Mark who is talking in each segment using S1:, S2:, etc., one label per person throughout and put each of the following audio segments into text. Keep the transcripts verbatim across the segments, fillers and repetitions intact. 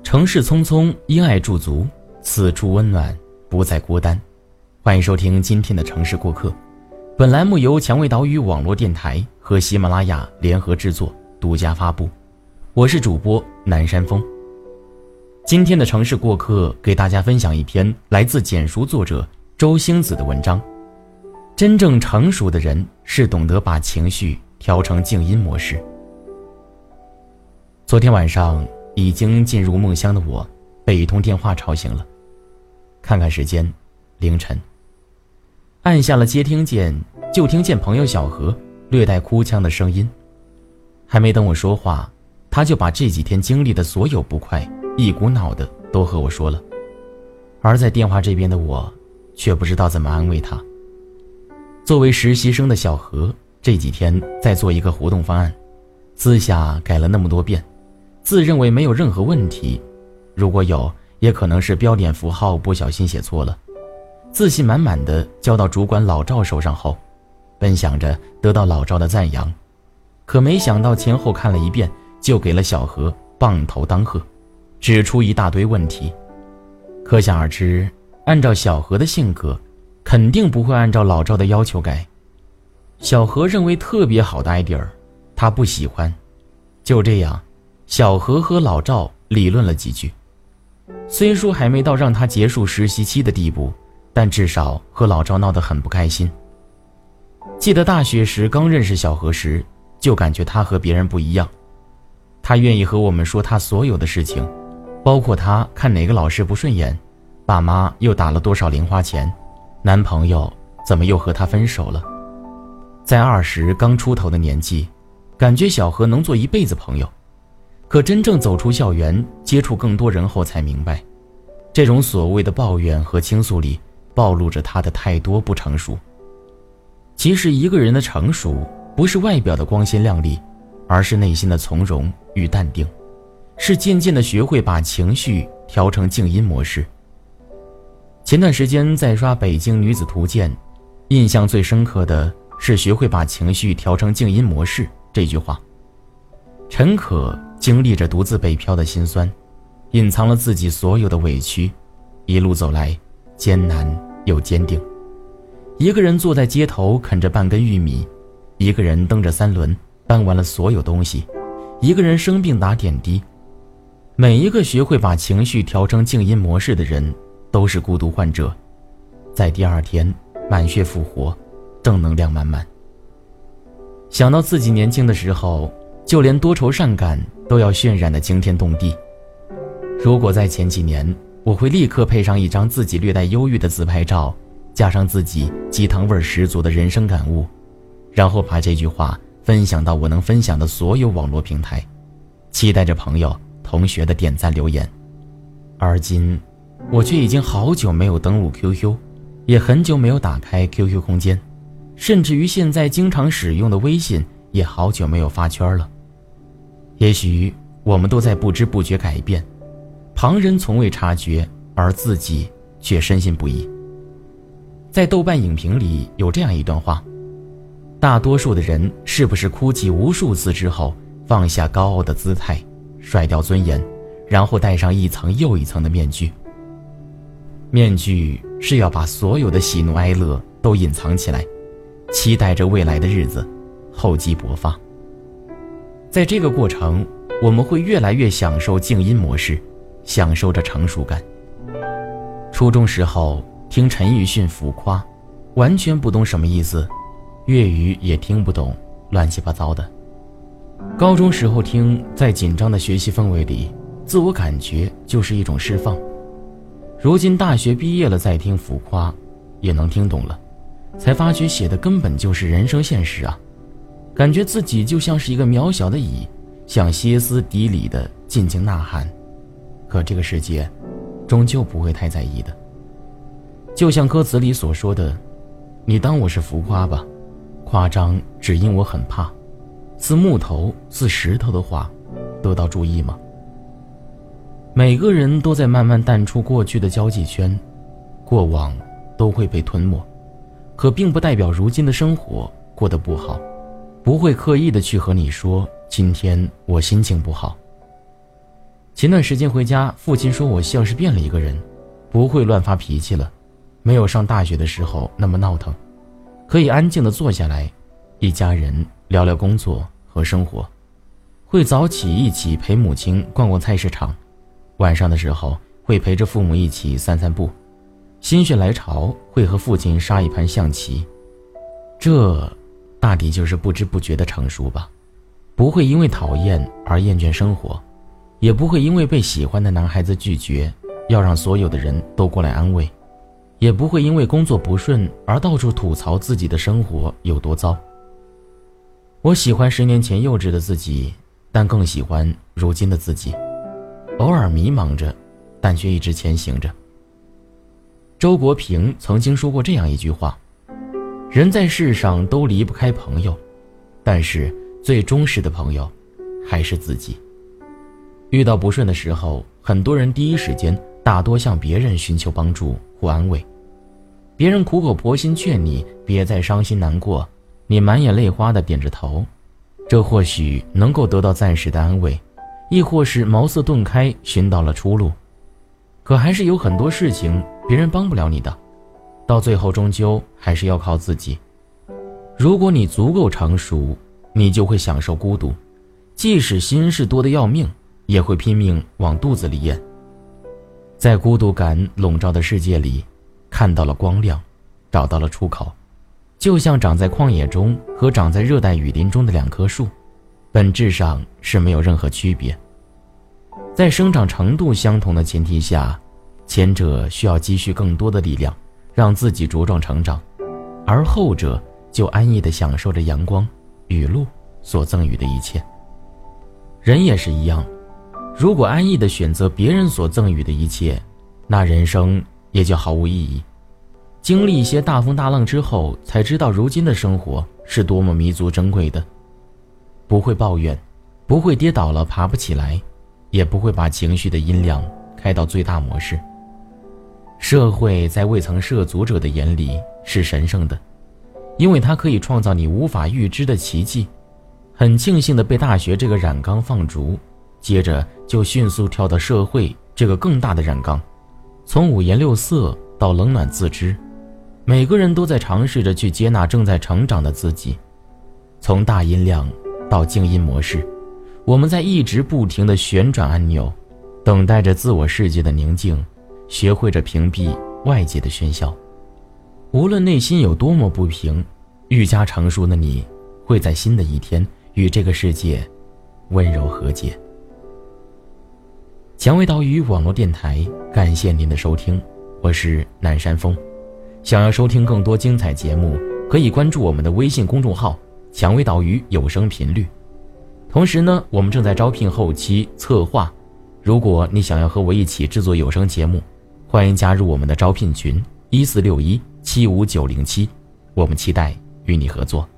S1: 城市匆匆，因爱驻足，此处温暖，不再孤单。欢迎收听今天的城市过客，本栏目由蔷薇岛屿网络电台和喜马拉雅联合制作，独家发布。我是主播南山峰。今天的城市过客给大家分享一篇来自简书作者周星子的文章。真正成熟的人是懂得把情绪调成静音模式。昨天晚上已经进入梦乡的我被一通电话吵醒了，看看时间，凌晨。按下了接听键，就听见朋友小何略带哭腔的声音。还没等我说话，他就把这几天经历的所有不快一股脑的都和我说了。而在电话这边的我却不知道怎么安慰他。作为实习生的小何这几天在做一个活动方案，私下改了那么多遍，自认为没有任何问题，如果有也可能是标点符号不小心写错了。自信满满的交到主管老赵手上后，本想着得到老赵的赞扬，可没想到前后看了一遍，就给了小何棒头当喝，指出一大堆问题。可想而知，按照小何的性格，肯定不会按照老赵的要求改。小何认为特别好的 idea， 他不喜欢。就这样，小何和老赵理论了几句，虽说还没到让他结束实习期的地步，但至少和老赵闹得很不开心。记得大学时刚认识小何时，就感觉他和别人不一样。他愿意和我们说他所有的事情，包括他看哪个老师不顺眼，爸妈又打了多少零花钱，男朋友怎么又和他分手了。在二十刚出头的年纪，感觉小何能做一辈子朋友。可真正走出校园，接触更多人后才明白，这种所谓的抱怨和倾诉里暴露着他的太多不成熟。其实一个人的成熟不是外表的光鲜亮丽，而是内心的从容与淡定，是渐渐地学会把情绪调成静音模式。前段时间在刷北京女子图鉴，印象最深刻的是学会把情绪调成静音模式这句话。陈可经历着独自北漂的辛酸，隐藏了自己所有的委屈，一路走来艰难又坚定。一个人坐在街头啃着半根玉米，一个人蹬着三轮搬完了所有东西，一个人生病打点滴。每一个学会把情绪调成静音模式的人都是孤独患者，在第二天满血复活，正能量满满。想到自己年轻的时候，就连多愁善感都要渲染得惊天动地。如果在前几年，我会立刻配上一张自己略带忧郁的自拍照，加上自己鸡汤味十足的人生感悟，然后把这句话分享到我能分享的所有网络平台，期待着朋友同学的点赞留言。而今我却已经好久没有登录 Q Q， 也很久没有打开 Q Q 空间，甚至于现在经常使用的微信也好久没有发圈了。也许我们都在不知不觉改变，旁人从未察觉，而自己却深信不疑。在豆瓣影评里有这样一段话，大多数的人是不是哭泣无数次之后，放下高傲的姿态，甩掉尊严，然后戴上一层又一层的面具。面具是要把所有的喜怒哀乐都隐藏起来，期待着未来的日子厚积薄发。在这个过程，我们会越来越享受静音模式，享受着成熟感。初中时候听陈奕迅浮夸，完全不懂什么意思，粤语也听不懂，乱七八糟的。高中时候听，在紧张的学习氛围里，自我感觉就是一种释放。如今大学毕业了再听浮夸，也能听懂了，才发觉写的根本就是人生现实啊。感觉自己就像是一个渺小的蚁，想歇斯底里的尽情呐喊，可这个世界终究不会太在意的。就像歌词里所说的，你当我是浮夸吧，夸张只因我很怕，似木头似石头的话得到注意吗？每个人都在慢慢淡出过去的交际圈，过往都会被吞没，可并不代表如今的生活过得不好，不会刻意的去和你说今天我心情不好。 前段时间回家，父亲说我像是变了一个人，不会乱发脾气了，没有上大学的时候那么闹腾，可以安静地坐下来，一家人聊聊工作和生活，会早起一起陪母亲逛逛菜市场，晚上的时候会陪着父母一起散散步，心血来潮会和父亲杀一盘象棋。这大抵就是不知不觉的成熟吧，不会因为讨厌而厌倦生活，也不会因为被喜欢的男孩子拒绝要让所有的人都过来安慰，也不会因为工作不顺而到处吐槽自己的生活有多糟。我喜欢十年前幼稚的自己，但更喜欢如今的自己，偶尔迷茫着，但却一直前行着。周国平曾经说过这样一句话，人在世上都离不开朋友，但是最忠实的朋友还是自己。遇到不顺的时候，很多人第一时间大多向别人寻求帮助或安慰，别人苦口婆心劝你别再伤心难过，你满眼泪花地点着头，这或许能够得到暂时的安慰，亦或是茅塞顿开寻到了出路。可还是有很多事情别人帮不了你的，到最后终究还是要靠自己。如果你足够成熟，你就会享受孤独，即使心事多得要命，也会拼命往肚子里咽。在孤独感笼罩的世界里，看到了光亮，找到了出口，就像长在旷野中和长在热带雨林中的两棵树，本质上是没有任何区别。在生长程度相同的前提下，前者需要积蓄更多的力量，让自己茁壮成长，而后者就安逸地享受着阳光、雨露所赠予的一切。人也是一样，如果安逸地选择别人所赠予的一切，那人生也就毫无意义。经历一些大风大浪之后，才知道如今的生活是多么弥足珍贵的。不会抱怨，不会跌倒了爬不起来，也不会把情绪的音量开到最大模式。社会在未曾涉足者的眼里是神圣的，因为它可以创造你无法预知的奇迹。很庆幸的被大学这个染缸放逐，接着就迅速跳到社会这个更大的染缸，从五颜六色到冷暖自知，每个人都在尝试着去接纳正在成长的自己。从大音量到静音模式，我们在一直不停地旋转按钮，等待着自我世界的宁静，学会着屏蔽外界的喧嚣。无论内心有多么不平，愈加成熟的你会在新的一天与这个世界温柔和解。蔷薇岛屿网络电台，感谢您的收听，我是南山峰。想要收听更多精彩节目，可以关注我们的微信公众号蔷薇岛屿有声频率。同时呢，我们正在招聘后期策划，如果你想要和我一起制作有声节目，欢迎加入我们的招聘群一四六一七五九零七，我们期待与你合作。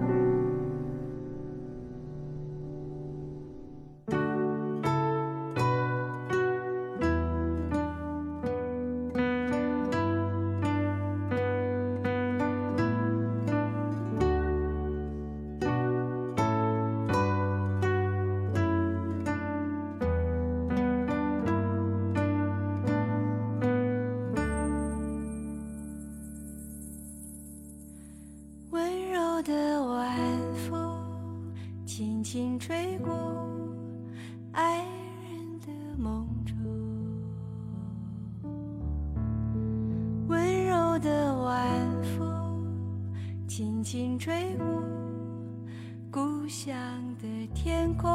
S2: 的晚风轻轻吹过爱人的梦中，温柔的晚风轻轻吹过故乡的天空，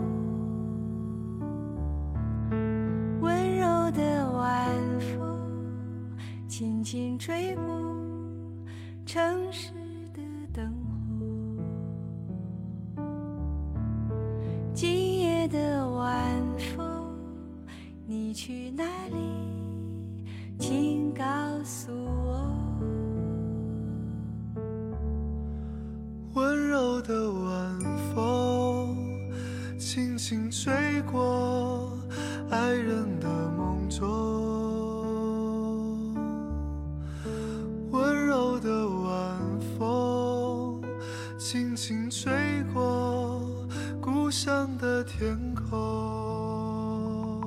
S2: 温柔的晚风轻轻吹过城市灯火，今夜的晚风你去哪里，请告诉我。
S3: 温柔的晚风轻轻吹过爱人的梦中，温柔的晚风轻轻吹过故乡的天空，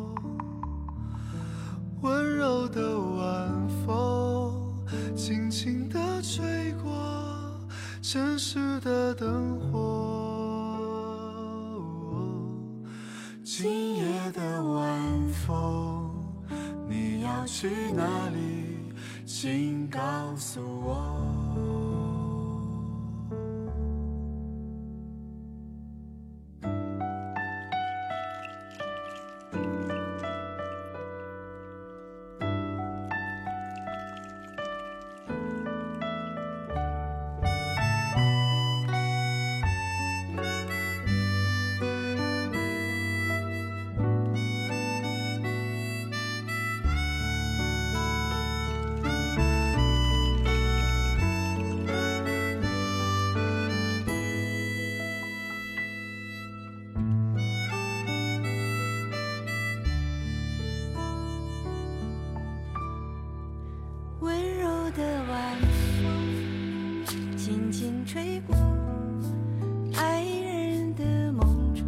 S3: 温柔的晚风轻轻地吹过城市的灯火。今夜的晚风，你要去哪里？请告诉我。
S2: 温柔的晚风轻轻吹过爱人的梦中，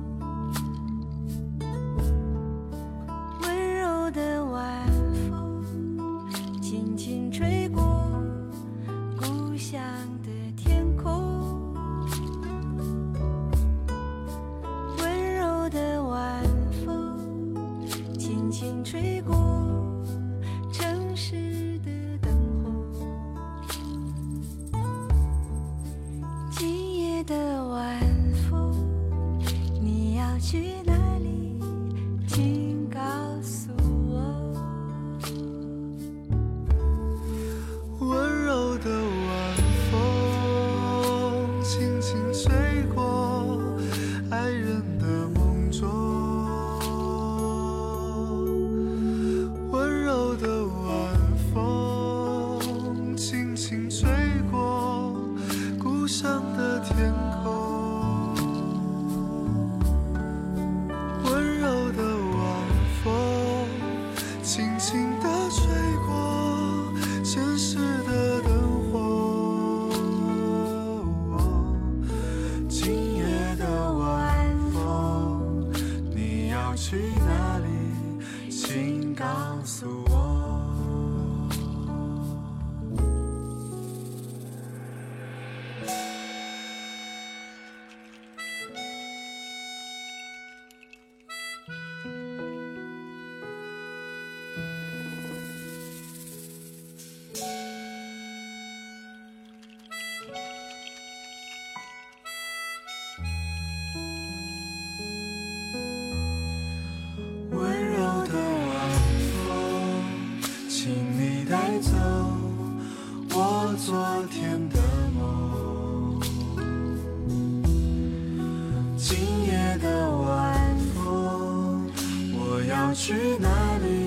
S2: 温柔的晚风轻轻吹过故乡的天空，温柔的晚风轻轻吹过城市的灯火。今夜的晚风，你要去哪里？请告诉我。
S3: 温柔的晚风轻轻吹过爱人的梦中，温柔的晚风轻轻吹过故乡的天空，温柔的晚风轻轻地吹过城市的灯火。今夜的晚风，你要去哪里？请告诉我。温柔的晚风，请你带走我昨天的梦。今夜的晚风，我要去哪里？